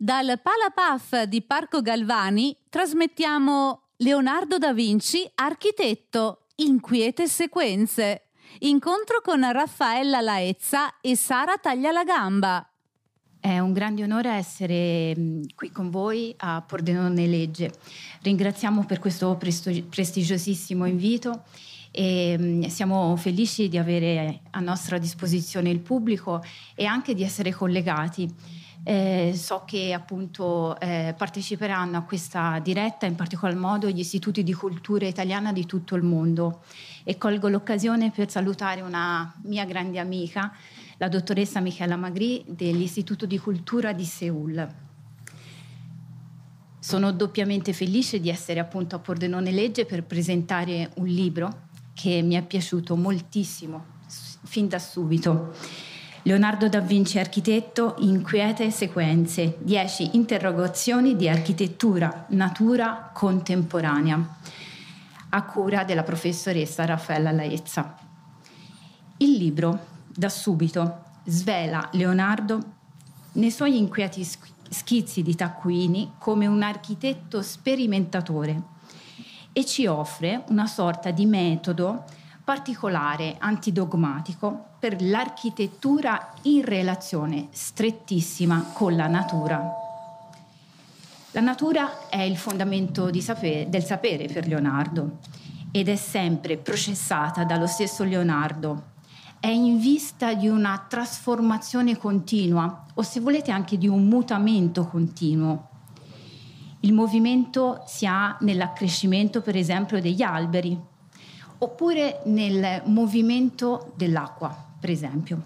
Dal Palapaf di Parco Galvani trasmettiamo Leonardo da Vinci, architetto, inquiete sequenze. Incontro con Raffaella Laezza e Sara Taglialagamba. È un grande onore essere qui con voi a Pordenone Legge. Ringraziamo per questo prestigiosissimo invito e siamo felici di avere a nostra disposizione il pubblico e anche di essere collegati. So che appunto parteciperanno a questa diretta in particolar modo gli istituti di cultura italiana di tutto il mondo e colgo l'occasione per salutare una mia grande amica, la dottoressa Michela Magri dell'Istituto di Cultura di Seul. Sono doppiamente felice di essere appunto a Pordenone Legge per presentare un libro che mi è piaciuto moltissimo fin da subito. Leonardo da Vinci architetto, inquiete sequenze, 10 interrogazioni di architettura, natura contemporanea, a cura della professoressa Raffaella Laezza. Il libro da subito svela Leonardo nei suoi inquieti schizzi di taccuini come un architetto sperimentatore e ci offre una sorta di metodo particolare, antidogmatico, per l'architettura in relazione strettissima con la natura. La natura è il fondamento del sapere per Leonardo ed è sempre processata dallo stesso Leonardo. È in vista di una trasformazione continua, o se volete anche di un mutamento continuo. Il movimento si ha nell'accrescimento, per esempio, degli alberi, oppure nel movimento dell'acqua, per esempio.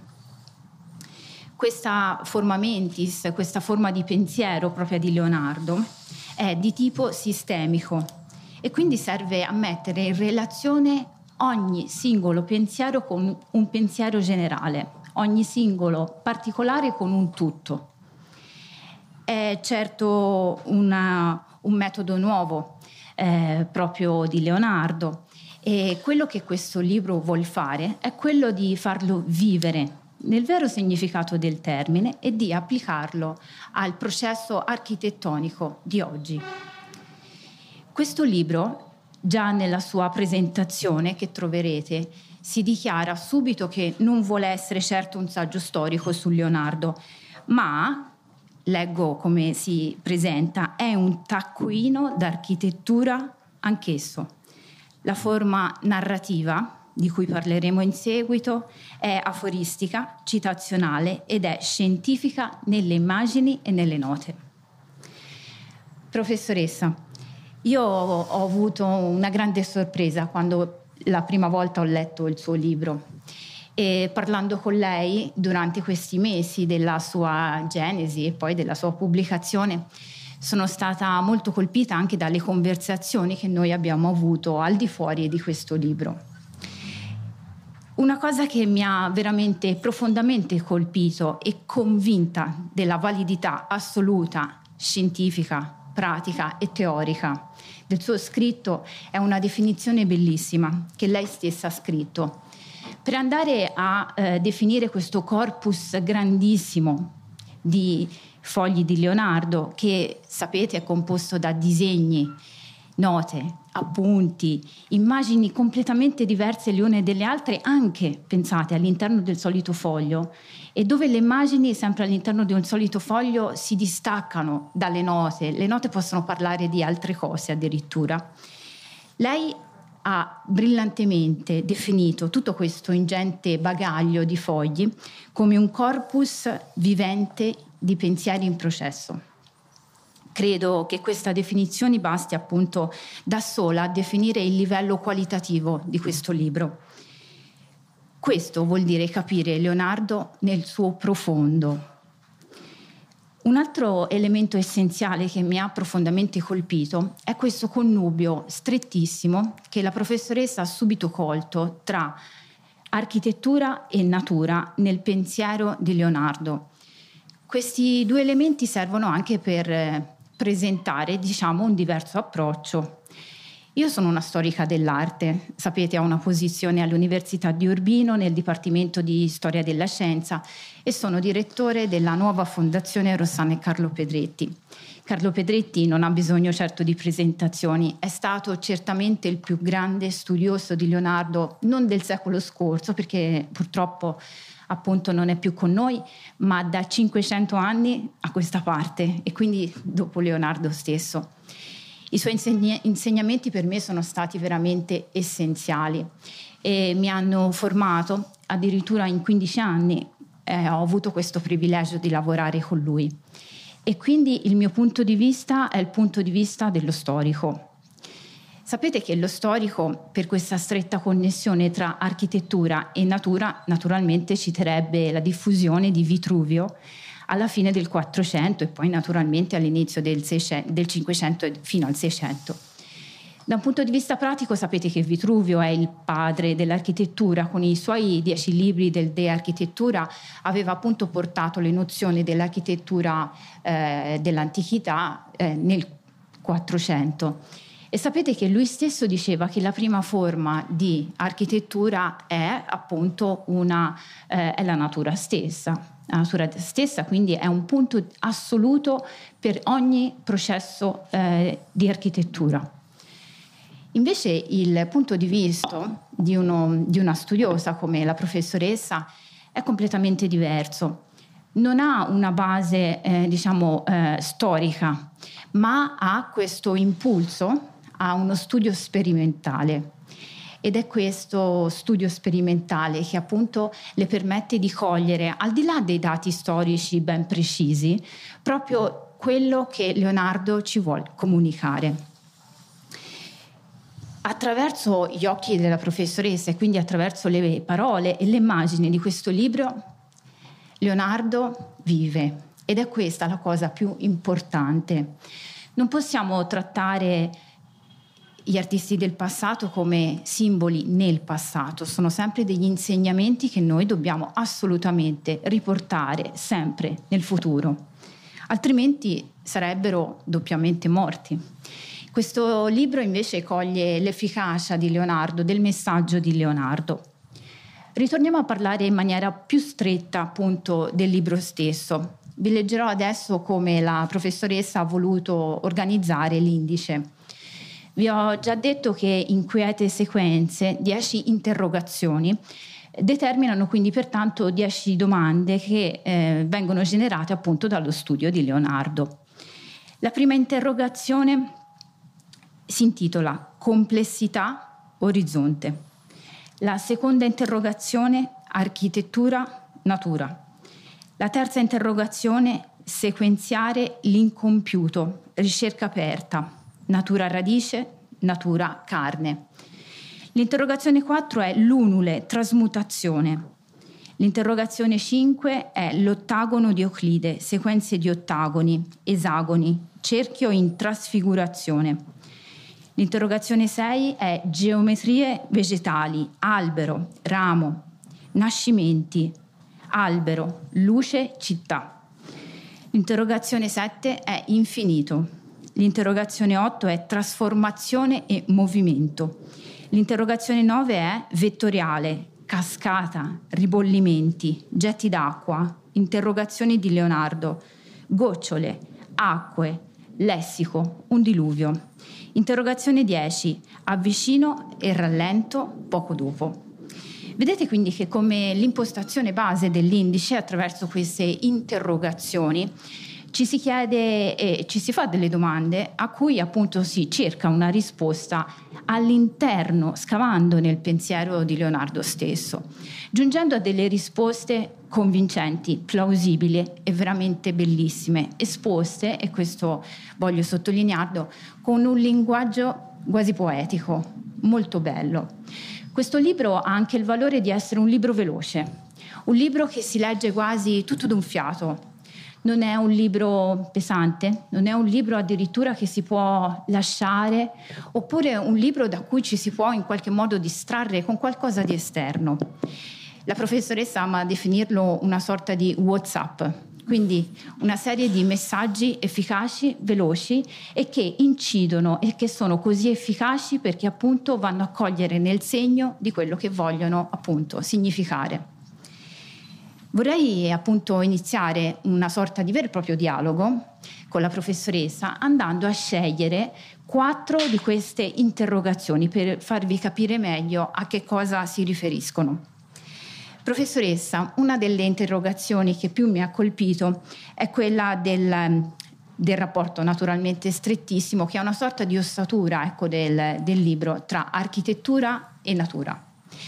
Questa forma mentis, questa forma di pensiero propria di Leonardo, è di tipo sistemico e quindi serve a mettere in relazione ogni singolo pensiero con un pensiero generale, ogni singolo particolare con un tutto. È certo un metodo nuovo proprio di Leonardo e quello che questo libro vuol fare è quello di farlo vivere nel vero significato del termine e di applicarlo al processo architettonico di oggi. Questo libro, già nella sua presentazione che troverete, si dichiara subito che non vuole essere certo un saggio storico su Leonardo, ma, leggo come si presenta, è un taccuino d'architettura anch'esso. La forma narrativa, di cui parleremo in seguito, è aforistica, citazionale ed è scientifica nelle immagini e nelle note. Professoressa, io ho avuto una grande sorpresa quando la prima volta ho letto il suo libro e parlando con lei durante questi mesi della sua genesi e poi della sua pubblicazione sono stata molto colpita anche dalle conversazioni che noi abbiamo avuto al di fuori di questo libro. Una cosa che mi ha veramente profondamente colpito e convinta della validità assoluta, scientifica, pratica e teorica del suo scritto è una definizione bellissima che lei stessa ha scritto. Per andare a definire questo corpus grandissimo di fogli di Leonardo, che sapete è composto da disegni, note, appunti, immagini completamente diverse le une dalle altre, anche, pensate, all'interno del solito foglio, e dove le immagini, sempre all'interno di un solito foglio, si distaccano dalle note. Le note possono parlare di altre cose addirittura. Lei ha brillantemente definito tutto questo ingente bagaglio di fogli come un corpus vivente di pensieri in processo. Credo che questa definizione basti appunto da sola a definire il livello qualitativo di questo libro. Questo vuol dire capire Leonardo nel suo profondo. Un altro elemento essenziale che mi ha profondamente colpito è questo connubio strettissimo che la professoressa ha subito colto tra architettura e natura nel pensiero di Leonardo. Questi due elementi servono anche per presentare, diciamo, un diverso approccio. Io sono una storica dell'arte, sapete, ho una posizione all'Università di Urbino nel Dipartimento di Storia della Scienza e sono direttore della nuova Fondazione Rossana e Carlo Pedretti. Carlo Pedretti non ha bisogno certo di presentazioni, è stato certamente il più grande studioso di Leonardo, non del secolo scorso, perché purtroppo appunto non è più con noi, ma da 500 anni a questa parte e quindi dopo Leonardo stesso. I suoi insegnamenti per me sono stati veramente essenziali e mi hanno formato, addirittura in 15 anni ho avuto questo privilegio di lavorare con lui. E quindi il mio punto di vista è il punto di vista dello storico. Sapete che lo storico, per questa stretta connessione tra architettura e natura, naturalmente citerebbe la diffusione di Vitruvio alla fine del 400 e poi naturalmente all'inizio del 500 fino al 600. Da un punto di vista pratico sapete che Vitruvio è il padre dell'architettura, con i suoi 10 libri del De Architettura aveva appunto portato le nozioni dell'architettura dell'antichità nel 400. E sapete che lui stesso diceva che la prima forma di architettura è appunto è la natura stessa. La natura stessa quindi è un punto assoluto per ogni processo di architettura. Invece il punto di vista di una studiosa come la professoressa è completamente diverso. Non ha una base storica, ma ha questo impulso a uno studio sperimentale. Ed è questo studio sperimentale che appunto le permette di cogliere, al di là dei dati storici ben precisi, proprio quello che Leonardo ci vuole comunicare. Attraverso gli occhi della professoressa e quindi attraverso le parole e le immagini di questo libro, Leonardo vive. Ed è questa la cosa più importante. Non possiamo trattare gli artisti del passato come simboli nel passato, sono sempre degli insegnamenti che noi dobbiamo assolutamente riportare sempre nel futuro, altrimenti sarebbero doppiamente morti. Questo libro invece coglie l'efficacia di Leonardo, del messaggio di Leonardo. Ritorniamo a parlare in maniera più stretta appunto del libro stesso. Vi leggerò adesso come la professoressa ha voluto organizzare l'indice. Vi ho già detto che in quiete sequenze 10 interrogazioni determinano quindi pertanto 10 domande che vengono generate appunto dallo studio di Leonardo. La prima interrogazione si intitola Complessità, orizzonte. La seconda interrogazione Architettura, natura. La terza interrogazione Sequenziare l'incompiuto, ricerca aperta. Natura radice, natura carne. L'interrogazione 4 è l'unule, trasmutazione. L'interrogazione 5 è l'ottagono di Euclide, sequenze di ottagoni, esagoni, cerchio in trasfigurazione. L'interrogazione 6 è geometrie vegetali, albero, ramo, nascimenti, albero, luce, città. L'interrogazione 7 è infinito. L'interrogazione 8 è trasformazione e movimento. L'interrogazione 9 è vettoriale, cascata, ribollimenti, getti d'acqua, interrogazioni di Leonardo, gocciole, acque, lessico, un diluvio. Interrogazione 10, avvicino e rallento poco dopo. Vedete quindi che come l'impostazione base dell'indice, attraverso queste interrogazioni, ci si chiede e ci si fa delle domande a cui appunto si cerca una risposta all'interno, scavando nel pensiero di Leonardo stesso, giungendo a delle risposte convincenti, plausibili e veramente bellissime, esposte, e questo voglio sottolinearlo, con un linguaggio quasi poetico, molto bello. Questo libro ha anche il valore di essere un libro veloce, un libro che si legge quasi tutto d'un fiato. Non è un libro pesante, non è un libro addirittura che si può lasciare, oppure un libro da cui ci si può in qualche modo distrarre con qualcosa di esterno. La professoressa ama definirlo una sorta di WhatsApp, Quindi una serie di messaggi efficaci, veloci e che incidono e che sono così efficaci perché appunto vanno a cogliere nel segno di quello che vogliono appunto significare. Vorrei appunto iniziare una sorta di vero e proprio dialogo con la professoressa andando a scegliere 4 di queste interrogazioni per farvi capire meglio a che cosa si riferiscono. Professoressa, una delle interrogazioni che più mi ha colpito è quella del rapporto naturalmente strettissimo, che è una sorta di ossatura, ecco, del libro tra architettura e natura.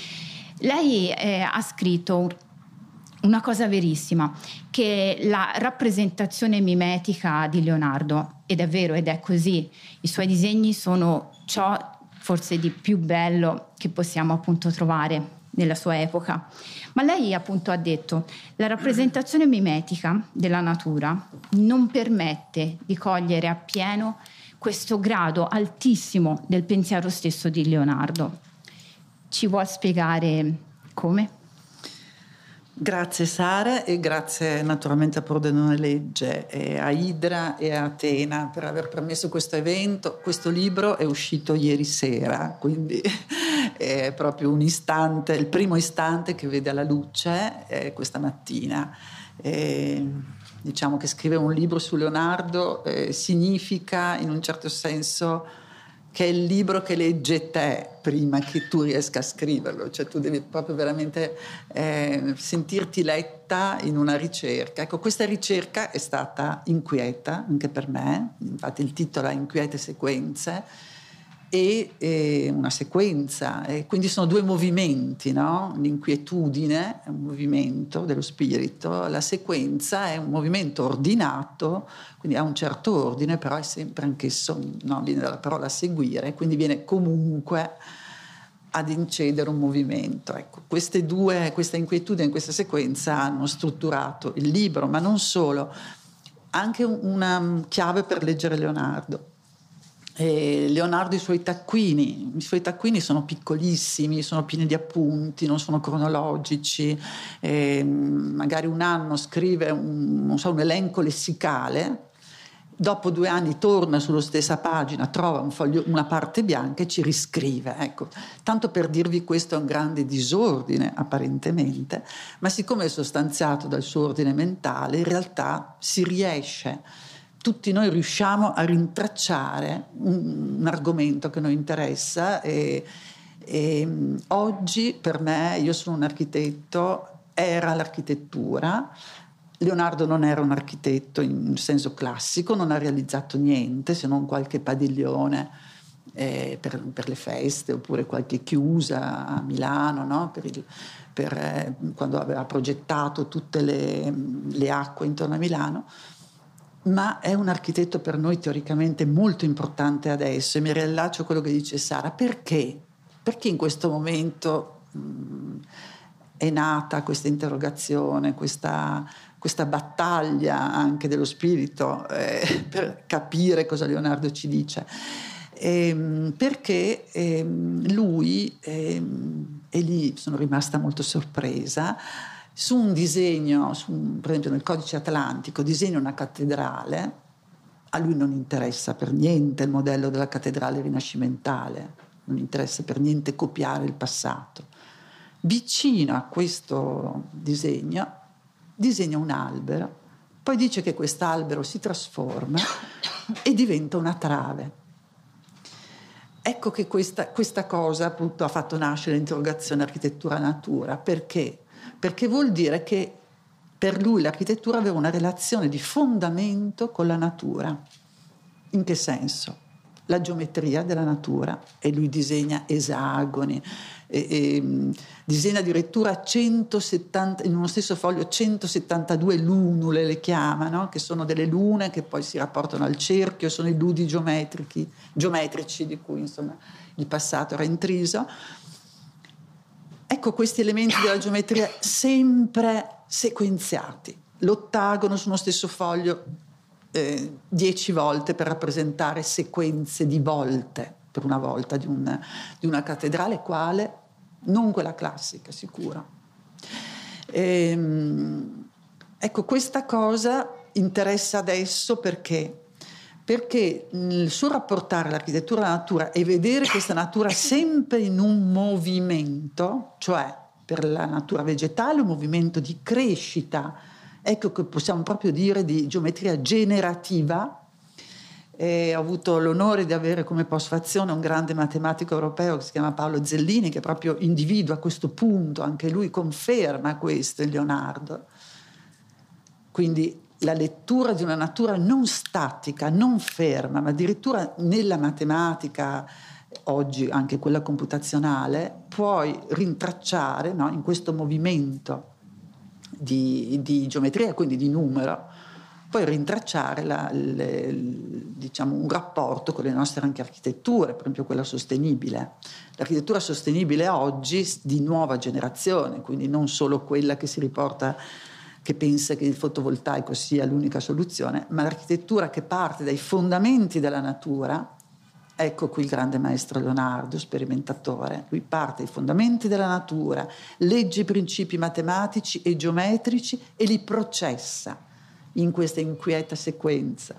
Lei ha scritto una cosa verissima, che la rappresentazione mimetica di Leonardo, ed è vero ed è così, i suoi disegni sono ciò forse di più bello che possiamo appunto trovare nella sua epoca. Ma lei appunto ha detto: la rappresentazione mimetica della natura non permette di cogliere appieno questo grado altissimo del pensiero stesso di Leonardo. Ci vuol spiegare come? Grazie Sara, e grazie naturalmente a Pordenone Legge, e a Idra e a Atena per aver permesso questo evento. Questo libro è uscito ieri sera, quindi è proprio un istante, il primo istante che vede la luce questa mattina. Diciamo che scrivere un libro su Leonardo significa in un certo senso che è il libro che legge te prima che tu riesca a scriverlo, cioè tu devi proprio veramente sentirti letta in una ricerca. Ecco, questa ricerca è stata inquieta anche per me, infatti il titolo è Inquiete sequenze, e una sequenza, e quindi sono 2 movimenti, no? L'inquietudine è un movimento dello spirito, la sequenza è un movimento ordinato, quindi ha un certo ordine, però è sempre anch'esso, no? Viene dalla parola seguire, quindi viene comunque ad incedere un movimento. Ecco, questa inquietudine e questa sequenza hanno strutturato il libro, ma non solo, anche una chiave per leggere Leonardo. Leonardo, i suoi taccuini sono piccolissimi, sono pieni di appunti, non sono cronologici, magari un anno scrive un elenco lessicale, dopo 2 anni torna sulla stessa pagina, trova una parte bianca e ci riscrive. Ecco, tanto per dirvi, questo è un grande disordine apparentemente, ma siccome è sostanziato dal suo ordine mentale, in realtà tutti noi riusciamo a rintracciare un argomento che noi interessa, e oggi per me, io sono un architetto, era l'architettura. Leonardo non era un architetto in senso classico, non ha realizzato niente se non qualche padiglione per le feste, oppure qualche chiusa a Milano, no? Quando aveva progettato tutte le acque intorno a Milano. Ma è un architetto per noi teoricamente molto importante adesso, e mi riallaccio a quello che dice Sara. Perché? Perché in questo momento è nata questa interrogazione, questa battaglia anche dello spirito per capire cosa Leonardo ci dice? Perché lui, e lì sono rimasta molto sorpresa, su un disegno, per esempio nel Codice Atlantico, disegna una cattedrale. A lui non interessa per niente il modello della cattedrale rinascimentale, non interessa per niente copiare il passato. Vicino a questo disegno disegna un albero, poi dice che quest'albero si trasforma e diventa una trave. Ecco che questa cosa appunto ha fatto nascere l'interrogazione architettura-natura. Perché? Perché vuol dire che per lui l'architettura aveva una relazione di fondamento con la natura. In che senso? La geometria della natura, e lui disegna esagoni, disegna addirittura 170, in uno stesso foglio 172 lunule, le chiama, no? Che sono delle lune che poi si rapportano al cerchio, sono i ludi geometrici di cui insomma il passato era intriso. Ecco, questi elementi della geometria sempre sequenziati, l'ottagono su uno stesso foglio 10 volte per rappresentare sequenze di volte, per una volta di una cattedrale, quale? Non quella classica, sicuro. Ecco, questa cosa interessa adesso perché il suo rapportare l'architettura alla natura e vedere questa natura sempre in un movimento, cioè per la natura vegetale un movimento di crescita, ecco che possiamo proprio dire di geometria generativa. Ho avuto l'onore di avere come postfazione un grande matematico europeo che si chiama Paolo Zellini, che proprio individua questo punto, anche lui conferma questo in Leonardo. Quindi la lettura di una natura non statica, non ferma, ma addirittura nella matematica, oggi anche quella computazionale, puoi rintracciare, no, in questo movimento di geometria, quindi di numero, puoi rintracciare diciamo, un rapporto con le nostre anche architetture, per esempio quella sostenibile. L'architettura sostenibile oggi di nuova generazione, quindi non solo quella che si riporta, che pensa che il fotovoltaico sia l'unica soluzione, ma l'architettura che parte dai fondamenti della natura. Ecco qui il grande maestro Leonardo, sperimentatore. Lui parte dai fondamenti della natura, legge i principi matematici e geometrici e li processa in questa inquieta sequenza.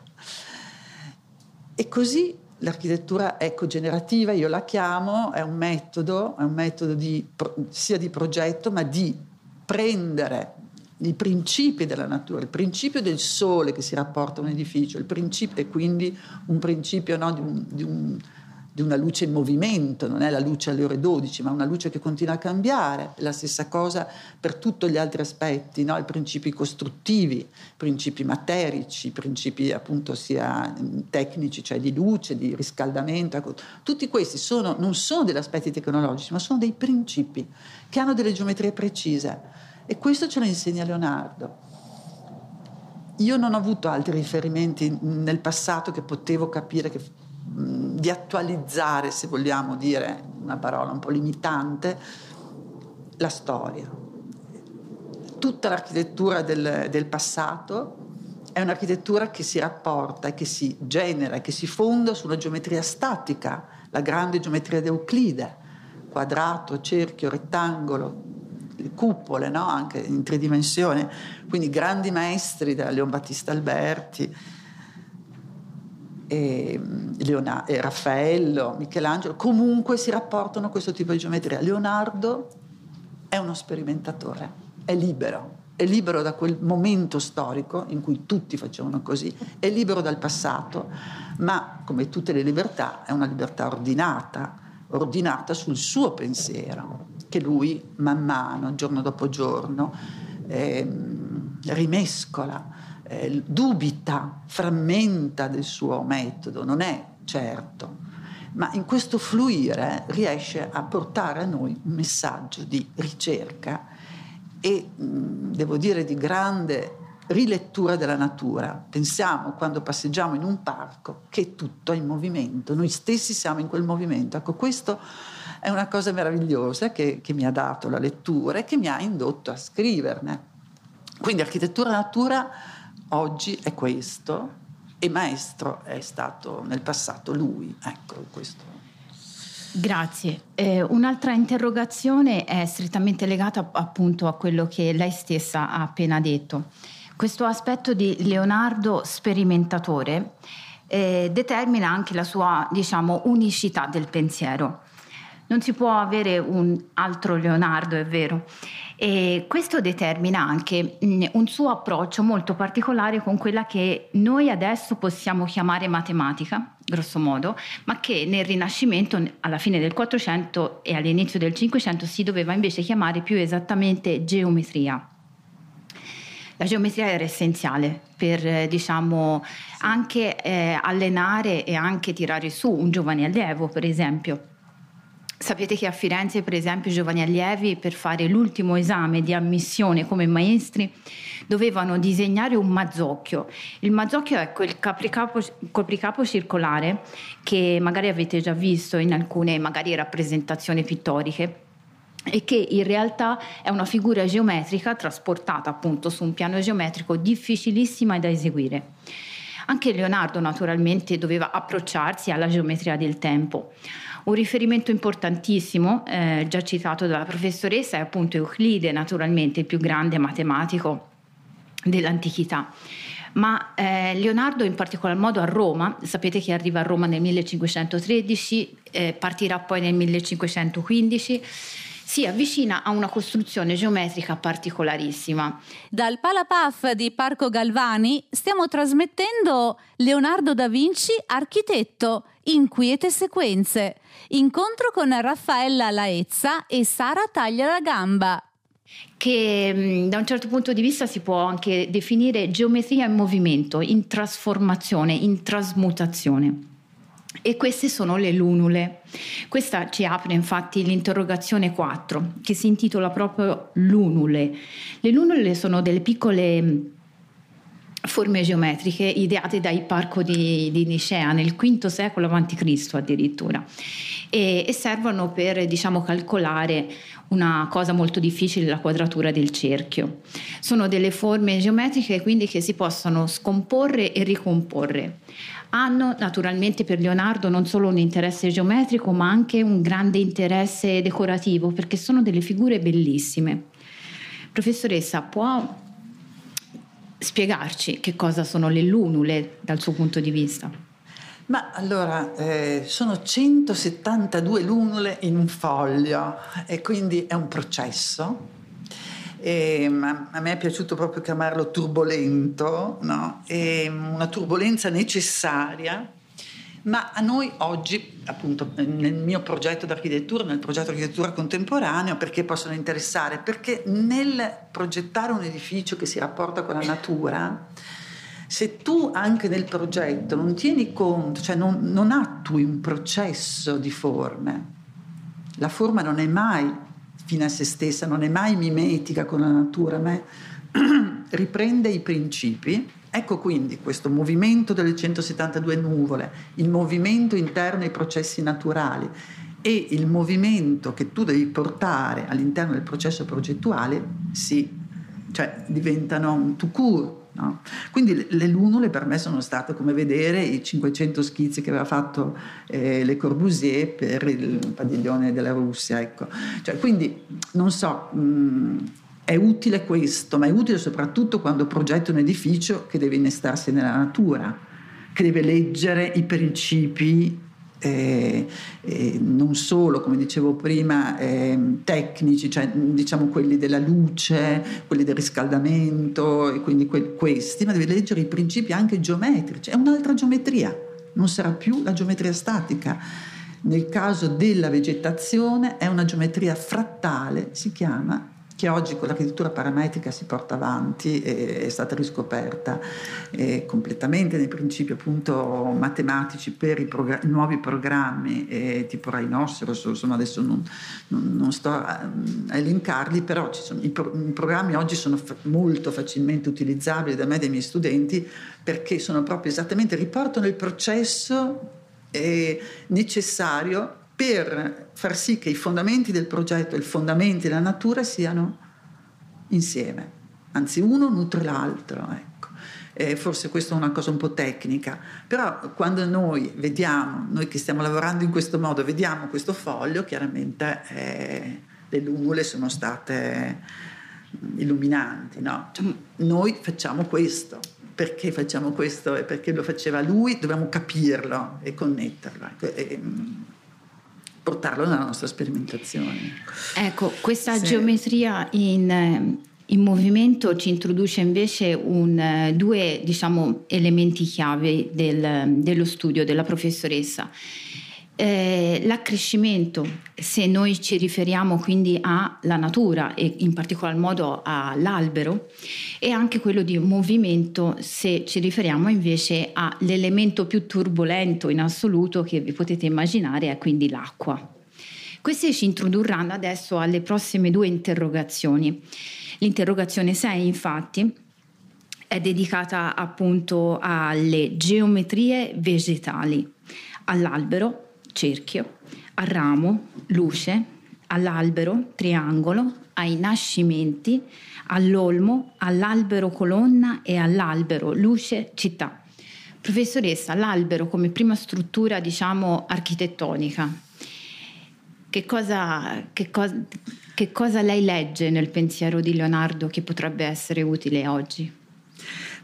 E così l'architettura ecogenerativa, io la chiamo, è un metodo sia di progetto, ma di prendere i principi della natura, il principio del sole che si rapporta a un edificio, il principio, e quindi un principio, no, di una luce in movimento, non è la luce alle ore 12, ma una luce che continua a cambiare. La stessa cosa per tutti gli altri aspetti, no? I principi costruttivi, principi materici, principi appunto sia tecnici, cioè di luce, di riscaldamento. Ecco, tutti questi non sono degli aspetti tecnologici, ma sono dei principi che hanno delle geometrie precise. E questo ce lo insegna Leonardo. Io non ho avuto altri riferimenti nel passato che potevo capire, di attualizzare, se vogliamo dire una parola un po' limitante, la storia. Tutta l'architettura del passato è un'architettura che si rapporta e che si genera e che si fonda sulla geometria statica, la grande geometria di Euclide, quadrato, cerchio, rettangolo, cupole, no? Anche in tridimensione, quindi grandi maestri da Leon Battista Alberti e Raffaello, Michelangelo, comunque si rapportano a questo tipo di geometria. Leonardo è uno sperimentatore, è libero da quel momento storico in cui tutti facevano così, è libero dal passato, ma come tutte le libertà è una libertà ordinata sul suo pensiero, che lui man mano, giorno dopo giorno, rimescola, dubita, frammenta del suo metodo, non è certo, ma in questo fluire riesce a portare a noi un messaggio di ricerca e, devo dire, di grande rilettura della natura. Pensiamo, quando passeggiamo in un parco, che tutto è in movimento, noi stessi siamo in quel movimento. Ecco, questo è una cosa meravigliosa che mi ha dato la lettura e che mi ha indotto a scriverne. Quindi architettura e natura oggi è questo, e maestro è stato nel passato lui. Ecco questo. Grazie. Un'altra interrogazione è strettamente legata appunto a quello che lei stessa ha appena detto. Questo aspetto di Leonardo sperimentatore determina anche la sua, diciamo, unicità del pensiero. Non si può avere un altro Leonardo, è vero. E questo determina anche un suo approccio molto particolare con quella che noi adesso possiamo chiamare matematica, grosso modo, ma che nel Rinascimento, alla fine del 400 e all'inizio del 500, si doveva invece chiamare più esattamente geometria. La geometria era essenziale per, diciamo, anche allenare e anche tirare su un giovane allievo, per esempio. Sapete che a Firenze, per esempio, i giovani allievi, per fare l'ultimo esame di ammissione come maestri, dovevano disegnare un mazzocchio. Il mazzocchio è quel copricapo circolare che magari avete già visto in alcune magari rappresentazioni pittoriche, e che in realtà è una figura geometrica trasportata appunto su un piano geometrico difficilissima da eseguire. Anche Leonardo naturalmente doveva approcciarsi alla geometria del tempo. Un riferimento importantissimo, già citato dalla professoressa, è appunto Euclide, naturalmente il più grande matematico dell'antichità. Ma Leonardo, in particolar modo a Roma, sapete che arriva a Roma nel 1513, partirà poi nel 1515, si avvicina a una costruzione geometrica particolarissima. Dal Palapaf di Parco Galvani stiamo trasmettendo Leonardo da Vinci, architetto, in quiete sequenze. Incontro con Raffaella Laezza e Sara Taglia la Gamba, che da un certo punto di vista si può anche definire geometria in movimento, in trasformazione, in trasmutazione. E queste sono le lunule. Questa ci apre infatti l'interrogazione 4, che si intitola proprio lunule. Le lunule sono delle piccole forme geometriche ideate da Ipparco di Nicea nel V secolo a.C. addirittura, e servono per, diciamo, calcolare una cosa molto difficile, la quadratura del cerchio. Sono delle forme geometriche quindi che si possono scomporre e ricomporre. Hanno naturalmente per Leonardo non solo un interesse geometrico ma anche un grande interesse decorativo, perché sono delle figure bellissime. Professoressa, può spiegarci che cosa sono le lunule dal suo punto di vista? Ma allora, sono 172 lunule in un foglio e quindi è un processo. A me è piaciuto proprio chiamarlo turbolento, no? È una turbolenza necessaria, ma a noi oggi, appunto nel mio progetto d'architettura, nel progetto di architettura contemporaneo, perché possono interessare? Perché nel progettare un edificio che si rapporta con la natura, se tu anche nel progetto non tieni conto, cioè non attui un processo di forme, la forma non è mai fine a se stessa, non è mai mimetica con la natura, ma riprende i principi. Ecco quindi questo movimento delle 172 nuvole, il movimento interno ai processi naturali e il movimento che tu devi portare all'interno del processo progettuale, cioè diventano un tout court. No? Quindi le lunule per me sono state come vedere i 500 schizzi che aveva fatto Le Corbusier per il padiglione della Russia, ecco. Cioè, quindi non so, è utile questo, ma è utile soprattutto quando progetti un edificio che deve innestarsi nella natura, che deve leggere i principi non solo, come dicevo prima, tecnici, cioè diciamo quelli della luce, quelli del riscaldamento, e quindi questi, ma deve leggere i principi anche geometrici. È un'altra geometria, non sarà più la geometria statica. Nel caso della vegetazione è una geometria frattale, si chiama, che oggi con l'architettura parametrica si porta avanti, è stata riscoperta completamente nei principi appunto matematici per i nuovi programmi tipo Rhinoceros, insomma adesso non sto a elencarli, però i programmi oggi sono molto facilmente utilizzabili da me e dai miei studenti, perché sono proprio esattamente, riportano il processo necessario per far sì che i fondamenti del progetto e i fondamenti della natura siano insieme, anzi uno nutre l'altro, ecco. Forse questa è una cosa un po' tecnica, però quando noi vediamo, noi che stiamo lavorando in questo modo, vediamo questo foglio, chiaramente le lunule sono state illuminanti, no? Cioè, noi facciamo questo. Perché facciamo questo e perché lo faceva lui, dobbiamo capirlo e connetterlo, ecco, portarlo nella nostra sperimentazione. Ecco, questa geometria in movimento ci introduce invece due, diciamo, elementi chiave dello studio della professoressa. L'accrescimento, se noi ci riferiamo quindi alla natura e in particolar modo all'albero, e anche quello di movimento se ci riferiamo invece all'elemento più turbolento in assoluto che vi potete immaginare, è quindi l'acqua. Queste ci introdurranno adesso alle prossime due interrogazioni. L'interrogazione 6 infatti è dedicata appunto alle geometrie vegetali, all'albero, cerchio, al ramo, luce, all'albero, triangolo, ai nascimenti, all'olmo, all'albero colonna e all'albero luce città. Professoressa, l'albero come prima struttura, diciamo, architettonica, che cosa lei legge nel pensiero di Leonardo che potrebbe essere utile oggi?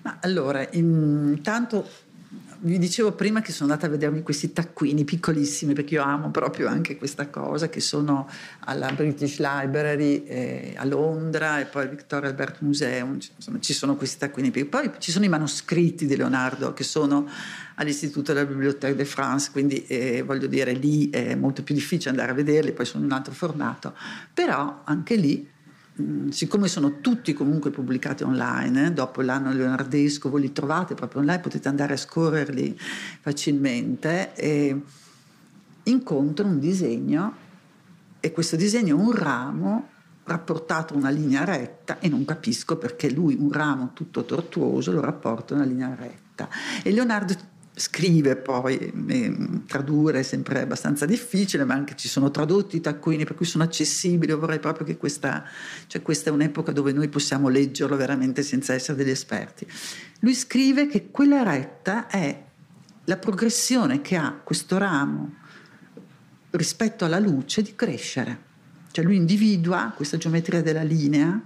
Ma allora, intanto vi dicevo prima che sono andata a vedermi questi taccuini piccolissimi, perché io amo proprio anche questa cosa, che sono alla British Library a Londra e poi al Victoria Albert Museum. Insomma, ci sono questi taccuini piccoli. Poi ci sono i manoscritti di Leonardo che sono all'Istituto della Bibliothèque de France, quindi voglio dire, lì è molto più difficile andare a vederli, poi sono in un altro formato, però anche lì, siccome sono tutti comunque pubblicati online, dopo l'anno leonardesco voi li trovate proprio online, potete andare a scorrerli facilmente, e incontro un disegno, e questo disegno è un ramo rapportato a una linea retta, e non capisco perché lui un ramo tutto tortuoso lo rapporta a una linea retta. E Leonardo scrive poi, tradurre è sempre abbastanza difficile, ma anche ci sono tradotti i taccuini per cui sono accessibili. Io vorrei proprio che questa è un'epoca dove noi possiamo leggerlo veramente senza essere degli esperti. Lui scrive che quella retta è la progressione che ha questo ramo rispetto alla luce di crescere. Cioè lui individua questa geometria della linea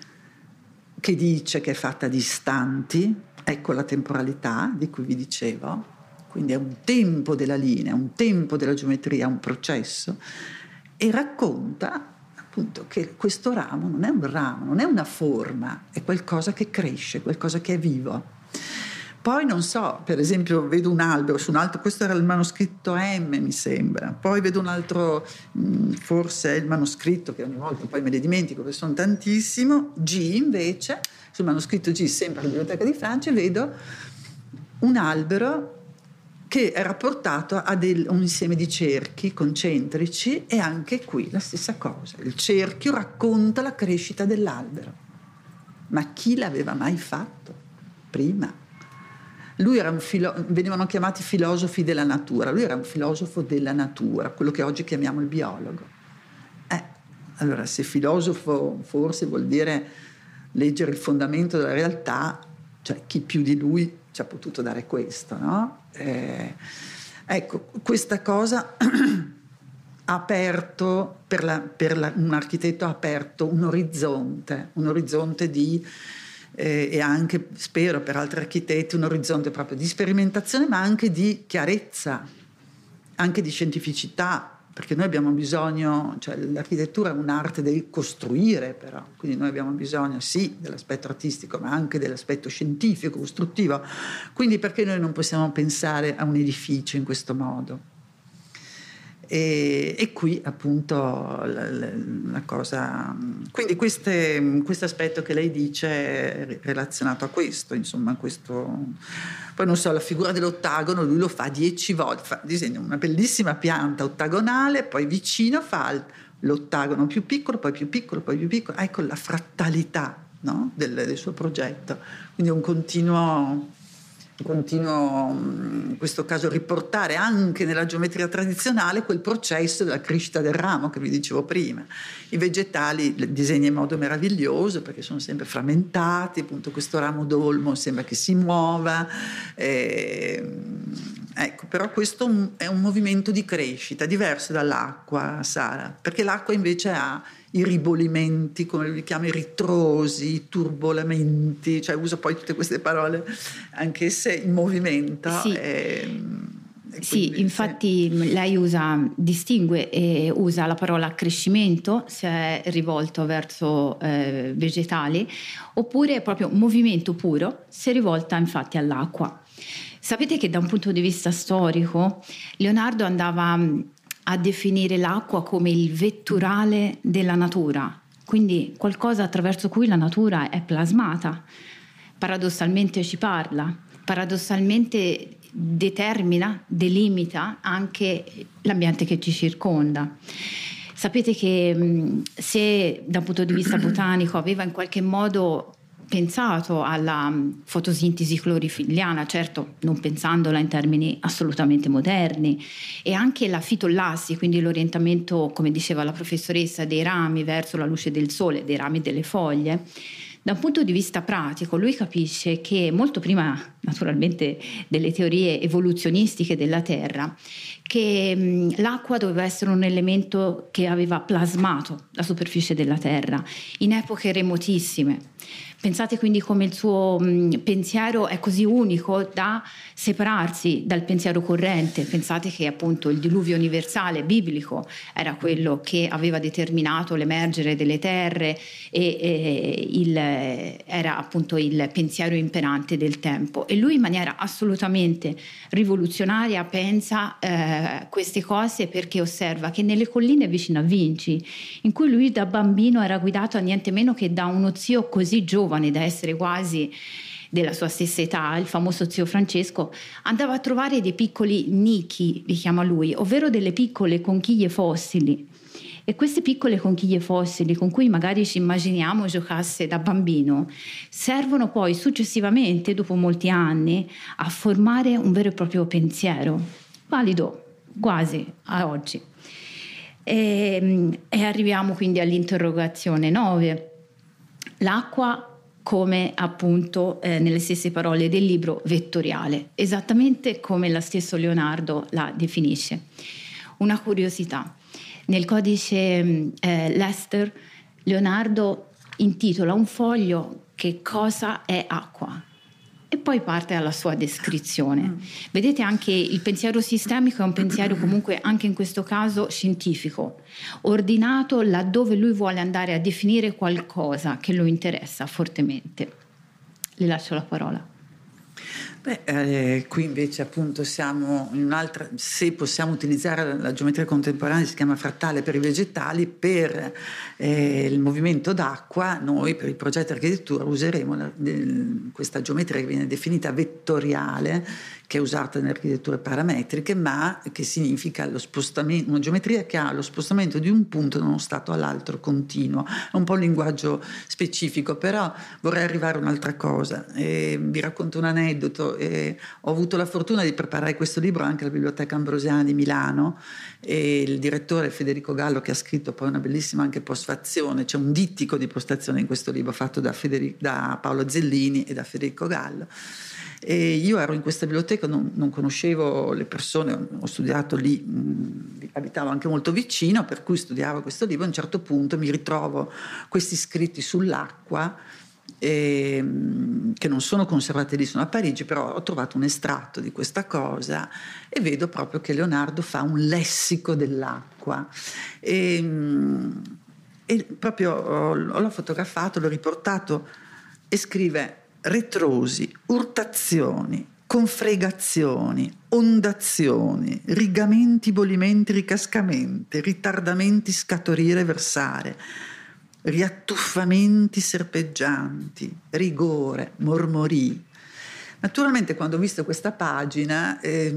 che dice che è fatta di istanti. Ecco la temporalità di cui vi dicevo, quindi è un tempo della linea, un tempo della geometria, un processo, e racconta appunto che questo ramo non è un ramo, non è una forma, è qualcosa che cresce, qualcosa che è vivo. Poi non so, per esempio vedo un albero su un altro, questo era il manoscritto M mi sembra, poi vedo un altro, forse è il manoscritto che ogni volta poi me ne dimentico perché sono tantissimo, G invece, sul manoscritto G sempre alla Biblioteca di Francia, vedo un albero che è rapportato a un insieme di cerchi concentrici, e anche qui la stessa cosa, il cerchio racconta la crescita dell'albero. Ma chi l'aveva mai fatto prima? Lui era venivano chiamati filosofi della natura, lui era un filosofo della natura, quello che oggi chiamiamo il biologo. Allora, se filosofo forse vuol dire leggere il fondamento della realtà, cioè chi più di lui ci ha potuto dare questo, no? Ecco, questa cosa ha aperto, un architetto ha aperto un orizzonte di... e anche, spero per altri architetti, un orizzonte proprio di sperimentazione, ma anche di chiarezza, anche di scientificità, perché noi abbiamo bisogno, cioè l'architettura è un'arte del costruire, però, quindi noi abbiamo bisogno sì dell'aspetto artistico, ma anche dell'aspetto scientifico, costruttivo. Quindi perché noi non possiamo pensare a un edificio in questo modo? E qui appunto la cosa, quindi questo aspetto che lei dice è relazionato a questo, insomma, questo. Poi non so, la figura dell'ottagono lui lo fa 10 volte, disegna una bellissima pianta ottagonale, poi vicino fa l'ottagono più piccolo, poi più piccolo, poi più piccolo. Ecco la frattalità, no? del suo progetto, quindi un continuo in questo caso riportare anche nella geometria tradizionale quel processo della crescita del ramo che vi dicevo prima. I vegetali li disegna in modo meraviglioso perché sono sempre frammentati, appunto questo ramo d'olmo sembra che si muova, ecco, però questo è un movimento di crescita diverso dall'acqua, Sara, perché l'acqua invece ha i ribolimenti, come li chiamo, i ritrosi, i turbolamenti, cioè uso poi tutte queste parole, anche se in movimento. Sì, sì, infatti sì. Lei distingue e usa la parola crescimento se è rivolto verso vegetali, oppure proprio movimento puro se è rivolta infatti all'acqua. Sapete che da un punto di vista storico Leonardo andava a definire l'acqua come il vetturale della natura, quindi qualcosa attraverso cui la natura è plasmata, paradossalmente ci parla, paradossalmente determina, delimita anche l'ambiente che ci circonda. Sapete che se da un punto di vista botanico aveva in qualche modo pensato alla fotosintesi clorofilliana, certo non pensandola in termini assolutamente moderni, e anche la fitollassi, quindi l'orientamento, come diceva la professoressa, dei rami verso la luce del sole, dei rami e delle foglie. Da un punto di vista pratico lui capisce che molto prima naturalmente delle teorie evoluzionistiche della Terra, che l'acqua doveva essere un elemento che aveva plasmato la superficie della Terra in epoche remotissime, Pensate quindi come il suo pensiero è così unico da separarsi dal pensiero corrente. Pensate che appunto il diluvio universale biblico era quello che aveva determinato l'emergere delle terre era appunto il pensiero imperante del tempo, e lui in maniera assolutamente rivoluzionaria pensa queste cose, perché osserva che nelle colline vicino a Vinci, in cui lui da bambino era guidato a niente meno che da uno zio così giovane da essere quasi della sua stessa età, il famoso zio Francesco, andava a trovare dei piccoli nichi, li chiama lui, ovvero delle piccole conchiglie fossili. E queste piccole conchiglie fossili, con cui magari ci immaginiamo giocasse da bambino, servono poi successivamente, dopo molti anni, a formare un vero e proprio pensiero, valido quasi a oggi. E arriviamo quindi all'interrogazione 9. L'acqua come appunto nelle stesse parole del libro vettoriale, esattamente come lo stesso Leonardo la definisce. Una curiosità: nel codice Leicester Leonardo intitola un foglio "Che cosa è acqua?" e poi parte alla sua descrizione. Vedete, anche il pensiero sistemico è un pensiero comunque anche in questo caso scientifico, ordinato laddove lui vuole andare a definire qualcosa che lo interessa fortemente. Le lascio la parola. Qui invece appunto siamo in un'altra, se possiamo utilizzare la geometria contemporanea, si chiama frattale per i vegetali. Per il movimento d'acqua noi per il progetto di architettura useremo questa geometria che viene definita vettoriale, che è usata nelle architetture parametriche, ma che significa lo spostamento, una geometria che ha lo spostamento di un punto da uno stato all'altro continuo. È un po' un linguaggio specifico, però vorrei arrivare a un'altra cosa. Vi racconto un aneddoto. Ho avuto la fortuna di preparare questo libro anche alla Biblioteca Ambrosiana di Milano, e il direttore Federico Gallo, che ha scritto poi una bellissima anche postfazione, c'è un dittico di postazione in questo libro fatto da Paolo Zellini e da Federico Gallo. E io ero in questa biblioteca, non conoscevo le persone, ho studiato lì, abitavo anche molto vicino, per cui studiavo questo libro. A un certo punto mi ritrovo questi scritti sull'acqua, che non sono conservati lì, sono a Parigi, però ho trovato un estratto di questa cosa e vedo proprio che Leonardo fa un lessico dell'acqua, e proprio l'ho fotografato, l'ho riportato, e scrive: retrosi, urtazioni, confregazioni, ondazioni, rigamenti, bolimenti, ricascamenti, ritardamenti, scaturire, versare, riattuffamenti serpeggianti, rigore, mormorii. Naturalmente quando ho visto questa pagina perché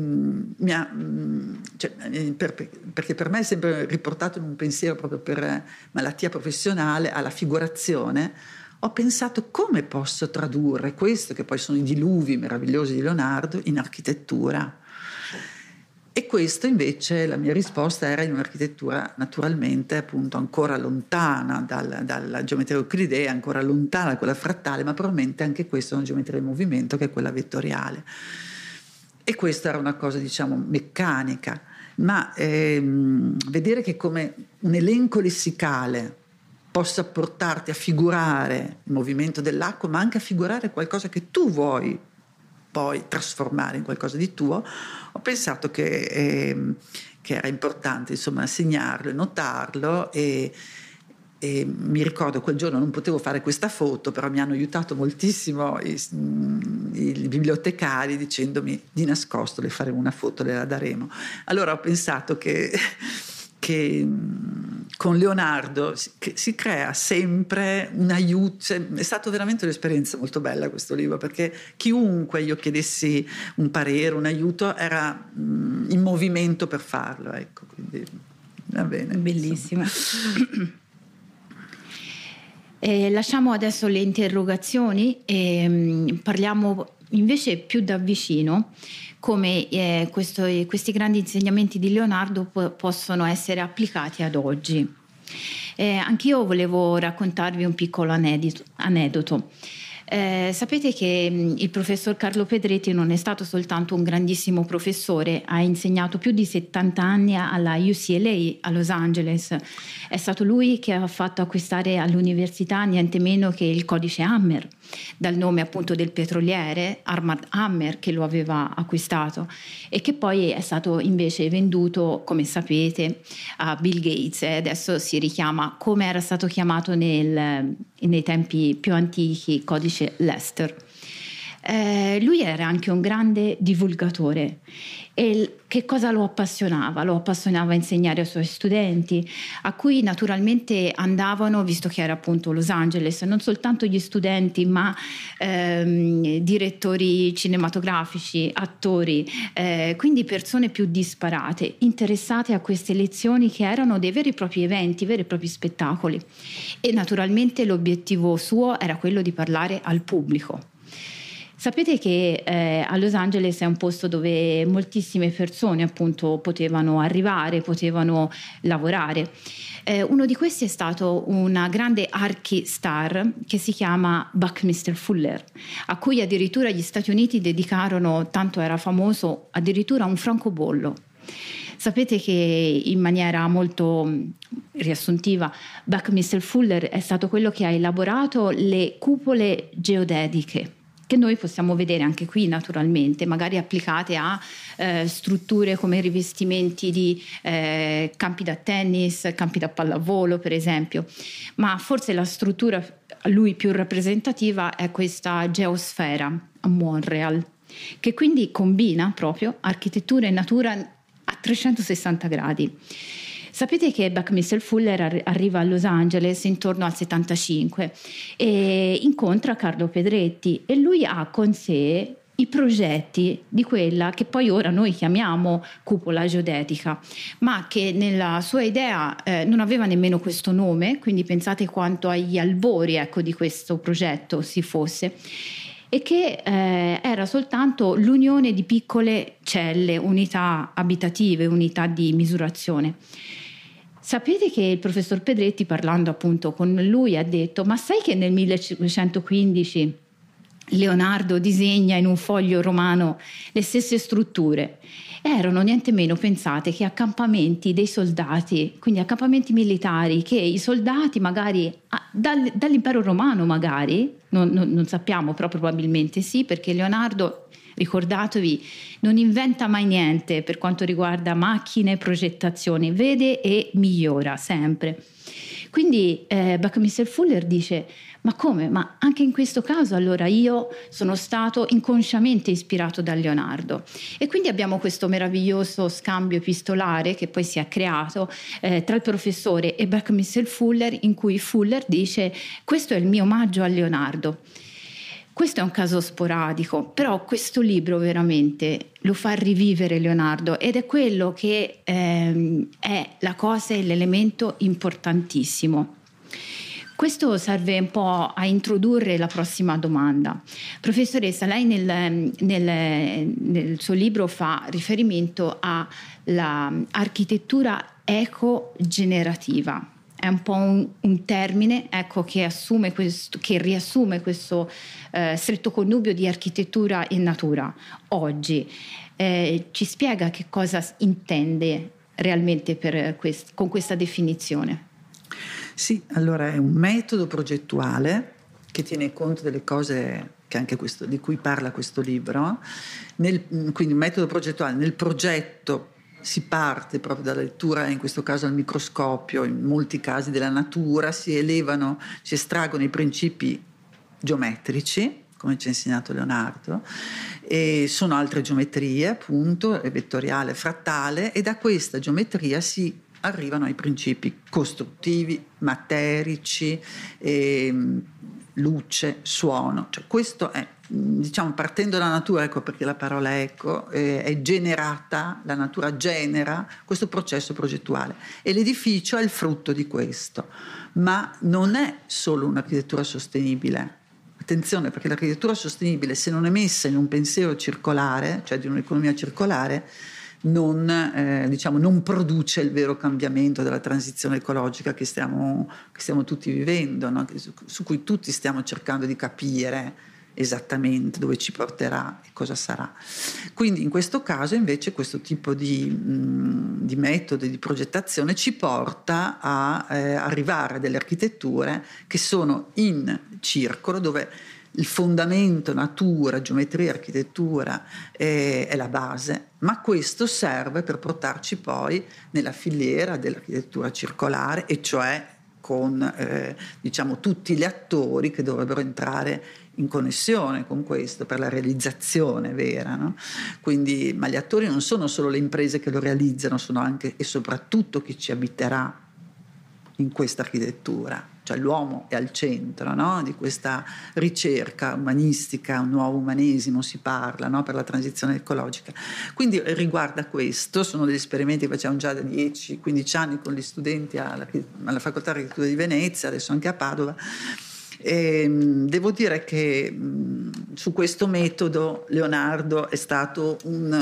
per me è sempre riportato in un pensiero, proprio per malattia professionale, alla figurazione, ho pensato: come posso tradurre questo, che poi sono i diluvi meravigliosi di Leonardo, in architettura? E questo invece, la mia risposta era in un'architettura naturalmente appunto ancora lontana dalla geometria euclidea, ancora lontana da quella frattale, ma probabilmente anche questa è una geometria di movimento, che è quella vettoriale. E questa era una cosa, diciamo, meccanica, ma vedere che come un elenco lessicale possa portarti a figurare il movimento dell'acqua, ma anche a figurare qualcosa che tu vuoi poi trasformare in qualcosa di tuo, ho pensato che era importante, insomma, segnarlo e notarlo, e mi ricordo quel giorno non potevo fare questa foto, però mi hanno aiutato moltissimo i bibliotecari, dicendomi: di nascosto le faremo una foto, le la daremo. Allora ho pensato che con Leonardo si crea sempre un aiuto. È stata veramente un'esperienza molto bella questo libro, perché chiunque io chiedessi un parere, un aiuto, era in movimento per farlo, ecco, quindi va bene. Bellissima. Lasciamo adesso le interrogazioni e parliamo invece più da vicino come questi grandi insegnamenti di Leonardo possono essere applicati ad oggi. Anch'io volevo raccontarvi un piccolo aneddoto. Sapete che il professor Carlo Pedretti non è stato soltanto un grandissimo professore, ha insegnato più di 70 anni alla UCLA a Los Angeles. È stato lui che ha fatto acquistare all'università niente meno che il codice Hammer, dal nome appunto del petroliere Armand Hammer che lo aveva acquistato, e che poi è stato invece venduto, come sapete, a Bill Gates, e adesso si richiama come era stato chiamato nei tempi più antichi, codice Lester. Lui era anche un grande divulgatore. E che cosa lo appassionava? Lo appassionava a insegnare ai suoi studenti, a cui naturalmente andavano, visto che era appunto Los Angeles, non soltanto gli studenti, ma direttori cinematografici, attori, quindi persone più disparate, interessate a queste lezioni che erano dei veri e propri eventi, veri e propri spettacoli. E naturalmente l'obiettivo suo era quello di parlare al pubblico. Sapete che a Los Angeles è un posto dove moltissime persone appunto potevano arrivare, potevano lavorare. Uno di questi è stato una grande archistar che si chiama Buckminster Fuller, a cui addirittura gli Stati Uniti dedicarono, tanto era famoso, addirittura un francobollo. Sapete che in maniera molto riassuntiva Buckminster Fuller è stato quello che ha elaborato le cupole geodetiche, che noi possiamo vedere anche qui naturalmente, magari applicate a strutture come rivestimenti di campi da tennis, campi da pallavolo per esempio, ma forse la struttura a lui più rappresentativa è questa geosfera a Montreal, che quindi combina proprio architettura e natura a 360 gradi. Sapete che Buckminster Fuller arriva a Los Angeles intorno al 75 e incontra Carlo Pedretti, e lui ha con sé i progetti di quella che poi ora noi chiamiamo cupola geodetica, ma che nella sua idea non aveva nemmeno questo nome, quindi pensate quanto agli albori, ecco, di questo progetto si fosse, e che era soltanto l'unione di piccole celle, unità abitative, unità di misurazione. Sapete che il professor Pedretti, parlando appunto con lui, ha detto: ma sai che nel 1515 Leonardo disegna in un foglio romano le stesse strutture? Erano niente meno, pensate, che accampamenti dei soldati, quindi accampamenti militari che i soldati magari dall'impero romano magari, non sappiamo, però probabilmente sì, perché Leonardo, ricordatevi, non inventa mai niente per quanto riguarda macchine, progettazioni, vede e migliora sempre. Quindi Buckminster Fuller dice: ma come? Ma anche in questo caso allora io sono stato inconsciamente ispirato da Leonardo. E quindi abbiamo questo meraviglioso scambio epistolare che poi si è creato tra il professore e Buckminster Fuller, in cui Fuller dice: questo è il mio omaggio a Leonardo. Questo è un caso sporadico, però questo libro veramente lo fa rivivere Leonardo, ed è quello che è la cosa e l'elemento importantissimo. Questo serve un po' a introdurre la prossima domanda. Professoressa, lei nel suo libro fa riferimento all'architettura ecogenerativa. È un po' un termine, ecco, che riassume questo stretto connubio di architettura e natura oggi. Ci spiega che cosa intende realmente con questa definizione? Sì, allora è un metodo progettuale che tiene conto delle cose che anche di cui parla questo libro. Quindi un metodo progettuale. Nel progetto si parte proprio dalla lettura, in questo caso al microscopio, in molti casi della natura, si estraggono i principi geometrici, come ci ha insegnato Leonardo, e sono altre geometrie, appunto, vettoriale, frattale, e da questa geometria si arrivano ai principi costruttivi, materici, luce, suono. Cioè, questo è, diciamo, partendo dalla natura, ecco perché la parola eco, è generata, la natura genera questo processo progettuale, e l'edificio è il frutto di questo. Ma non è solo un'architettura sostenibile. Attenzione, perché l'architettura sostenibile, se non è messa in un pensiero circolare, cioè di un'economia circolare, non produce il vero cambiamento della transizione ecologica che stiamo tutti vivendo, no? Su cui tutti stiamo cercando di capire esattamente dove ci porterà e cosa sarà. Quindi in questo caso invece questo tipo di metodo di progettazione ci porta a arrivare a delle architetture che sono in circolo, dove il fondamento natura, geometria, architettura è la base, ma questo serve per portarci poi nella filiera dell'architettura circolare, e cioè con tutti gli attori che dovrebbero entrare in connessione con questo per la realizzazione vera, no? Quindi, ma gli attori non sono solo le imprese che lo realizzano, sono anche e soprattutto chi ci abiterà in questa architettura, cioè l'uomo è al centro, no? Di questa ricerca umanistica, un nuovo umanesimo si parla, no? Per la transizione ecologica. Quindi riguarda questo, sono degli esperimenti che facciamo già da 10-15 anni con gli studenti alla Facoltà di Architettura di Venezia, adesso anche a Padova. E devo dire che su questo metodo Leonardo è stato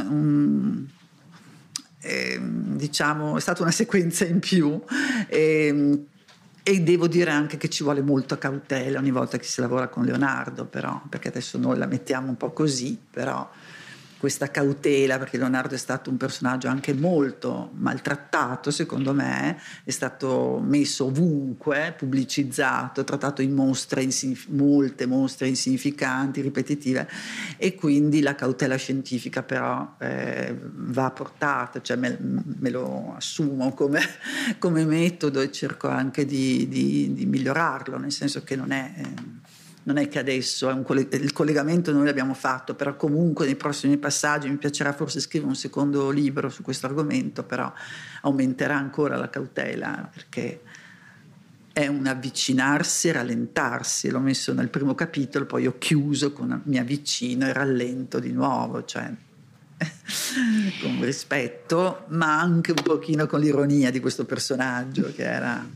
è stata una sequenza in più, e devo dire anche che ci vuole molta cautela ogni volta che si lavora con Leonardo, però, perché adesso noi la mettiamo un po' così, però questa cautela, perché Leonardo è stato un personaggio anche molto maltrattato, secondo me, è stato messo ovunque, pubblicizzato, trattato in molte mostre insignificanti, ripetitive, e quindi la cautela scientifica però va portata, cioè me lo assumo come metodo e cerco anche di migliorarlo, nel senso che non è che adesso il collegamento noi l'abbiamo fatto, però comunque nei prossimi passaggi mi piacerà forse scrivere un secondo libro su questo argomento, però aumenterà ancora la cautela, perché è un avvicinarsi e rallentarsi. L'ho messo nel primo capitolo, poi ho chiuso con mi avvicino e rallento di nuovo, cioè con rispetto, ma anche un pochino con l'ironia di questo personaggio che era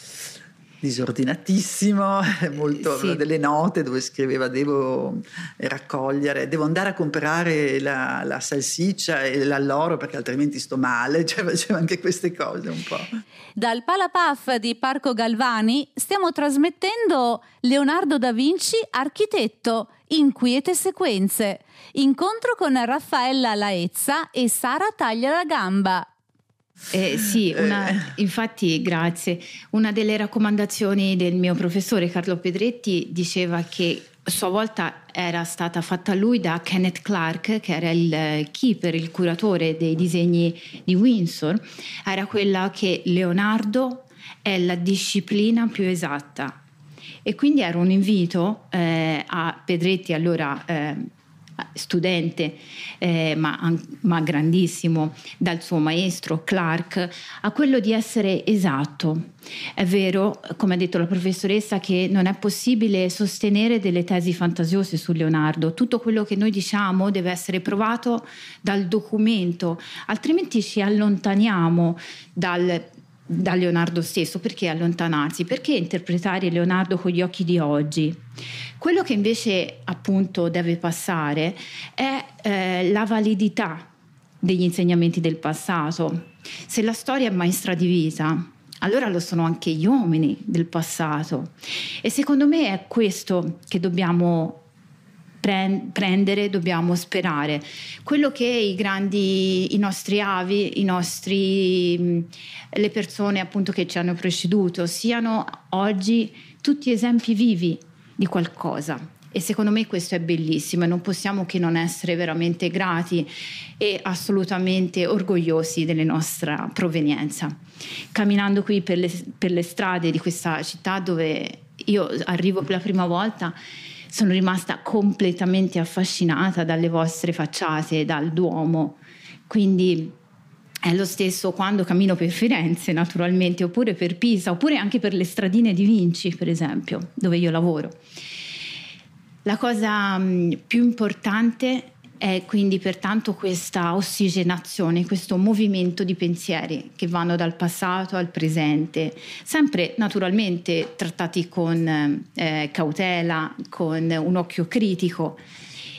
disordinatissimo, molto sì. Delle note dove scriveva devo andare a comprare la salsiccia e l'alloro perché altrimenti sto male, cioè faceva anche queste cose un po'. Dal Palapaf di Parco Galvani stiamo trasmettendo Leonardo da Vinci, architetto, inquiete sequenze, incontro con Raffaella Laezza e Sara Taglia la Gamba. Sì, infatti grazie. Una delle raccomandazioni del mio professore Carlo Pedretti diceva che a sua volta era stata fatta a lui da Kenneth Clark, che era il keeper, il curatore dei disegni di Windsor, era quella che Leonardo è la disciplina più esatta, e quindi era un invito a Pedretti, allora studente ma grandissimo, dal suo maestro Clark, a quello di essere esatto. È vero, come ha detto la professoressa, che non è possibile sostenere delle tesi fantasiose su Leonardo. Tutto quello che noi diciamo deve essere provato dal documento, altrimenti ci allontaniamo da Leonardo stesso. Perché allontanarsi? Perché interpretare Leonardo con gli occhi di oggi? Quello che invece appunto deve passare è la validità degli insegnamenti del passato. Se la storia è maestra di vita, allora lo sono anche gli uomini del passato, e secondo me è questo che dobbiamo prendere, dobbiamo sperare. Quello che i nostri avi, le persone appunto che ci hanno preceduto siano oggi tutti esempi vivi di qualcosa, e secondo me questo è bellissimo, e non possiamo che non essere veramente grati e assolutamente orgogliosi della nostra provenienza. Camminando qui per le strade di questa città dove io arrivo per la prima volta, sono rimasta completamente affascinata dalle vostre facciate, dal Duomo. Quindi è lo stesso quando cammino per Firenze, naturalmente, oppure per Pisa, oppure anche per le stradine di Vinci, per esempio, dove io lavoro. La cosa più importante è quindi pertanto questa ossigenazione, questo movimento di pensieri che vanno dal passato al presente, sempre naturalmente trattati con cautela, con un occhio critico,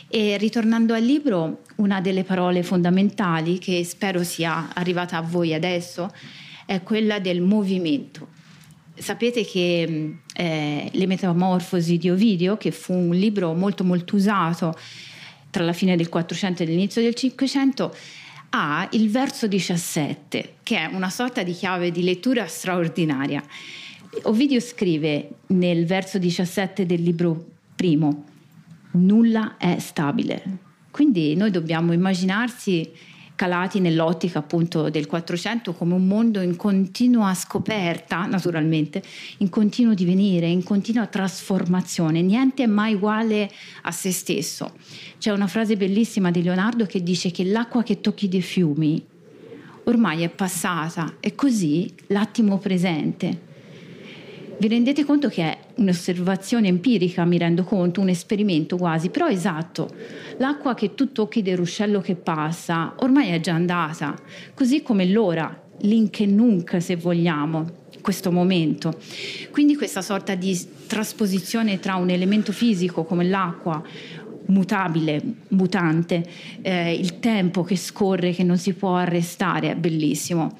E ritornando al libro, una delle parole fondamentali che spero sia arrivata a voi adesso è quella del movimento. Sapete che Le Metamorfosi di Ovidio, che fu un libro molto molto usato tra la fine del 400 e l'inizio del 500, ha il verso 17, che è una sorta di chiave di lettura straordinaria. Ovidio scrive nel verso 17 del libro primo: nulla è stabile. Quindi noi dobbiamo immaginarsi calati nell'ottica appunto del 400 come un mondo in continua scoperta, naturalmente, in continuo divenire, in continua trasformazione. Niente è mai uguale a se stesso. C'è una frase bellissima di Leonardo che dice che l'acqua che tocchi dei fiumi ormai è passata, e così l'attimo presente. Vi rendete conto che è un'osservazione empirica, mi rendo conto, un esperimento quasi, però esatto. L'acqua che tu tocchi del ruscello che passa ormai è già andata, così come l'ora, l'hinc e nunc se vogliamo, questo momento. Quindi questa sorta di trasposizione tra un elemento fisico come l'acqua, mutabile, mutante, il tempo che scorre, che non si può arrestare, è bellissimo.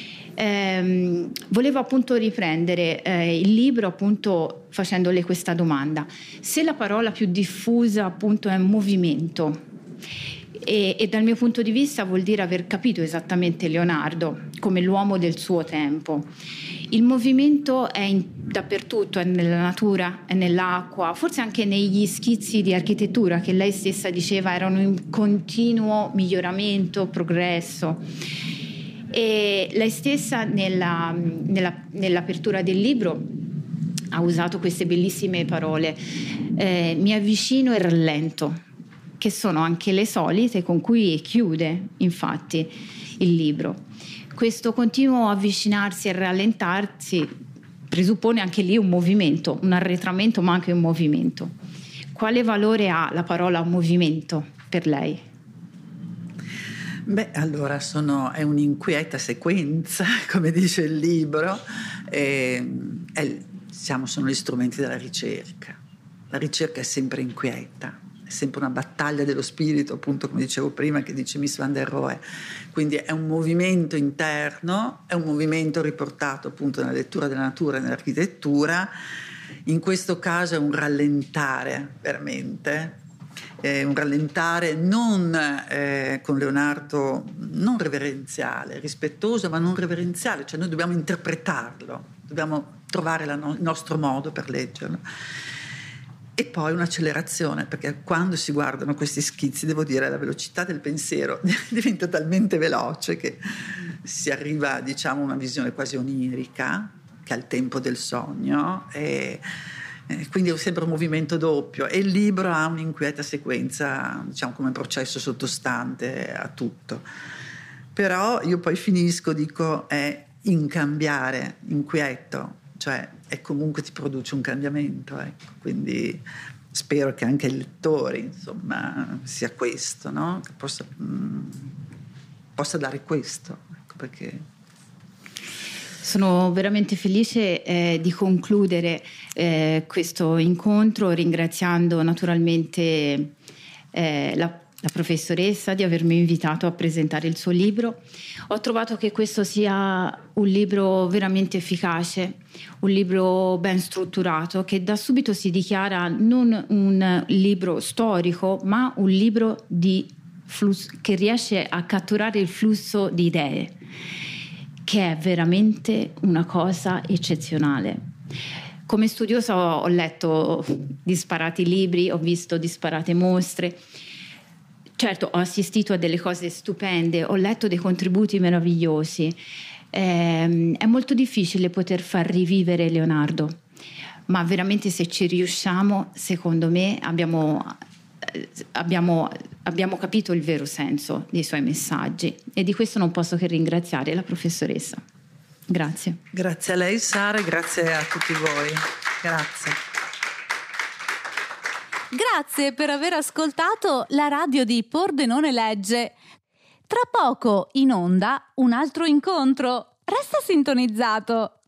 Volevo appunto riprendere il libro appunto facendole questa domanda: se la parola più diffusa appunto è movimento, e dal mio punto di vista vuol dire aver capito esattamente Leonardo come l'uomo del suo tempo. Il movimento è dappertutto, è nella natura, è nell'acqua, forse anche negli schizzi di architettura che lei stessa diceva erano in continuo miglioramento, progresso. E lei stessa nell'apertura del libro ha usato queste bellissime parole: mi avvicino e rallento, che sono anche le solite con cui chiude infatti il libro. Questo continuo avvicinarsi e rallentarsi presuppone anche lì un movimento, un arretramento, ma anche un movimento. Quale valore ha la parola movimento per lei? Beh, allora è un'inquieta sequenza, come dice il libro, sono gli strumenti della ricerca. La ricerca è sempre inquieta, è sempre una battaglia dello spirito, appunto come dicevo prima, che dice Miss van der Rohe. Quindi è un movimento interno, è un movimento riportato appunto nella lettura della natura e nell'architettura. In questo caso è un rallentare veramente, un rallentare non con Leonardo, non reverenziale, rispettoso, ma non reverenziale, cioè noi dobbiamo interpretarlo, dobbiamo trovare il nostro modo per leggerlo. E poi un'accelerazione, perché quando si guardano questi schizzi, devo dire, la velocità del pensiero diventa talmente veloce che si arriva, diciamo, a una visione quasi onirica, che è il tempo del sogno, e quindi è sempre un movimento doppio, e il libro ha un'inquieta sequenza, diciamo, come processo sottostante a tutto. Però io poi finisco, dico, è incambiare, inquieto, cioè è comunque ti produce un cambiamento, ecco. Quindi spero che anche ai lettori, insomma, sia questo, no? Che possa dare questo, ecco, perché sono veramente felice di concludere questo incontro ringraziando naturalmente la professoressa di avermi invitato a presentare il suo libro. Ho trovato che questo sia un libro veramente efficace, un libro ben strutturato, che da subito si dichiara non un libro storico, ma un libro che riesce a catturare il flusso di idee, che è veramente una cosa eccezionale. Come studiosa ho letto disparati libri, ho visto disparate mostre. Certo, ho assistito a delle cose stupende, ho letto dei contributi meravigliosi. È molto difficile poter far rivivere Leonardo, ma veramente se ci riusciamo, secondo me, abbiamo capito il vero senso dei suoi messaggi, e di questo non posso che ringraziare la professoressa. Grazie. Grazie a lei, Sara, e grazie a tutti voi. Grazie. Grazie per aver ascoltato la radio di Pordenone Legge. Tra poco in onda un altro incontro. Resta sintonizzato.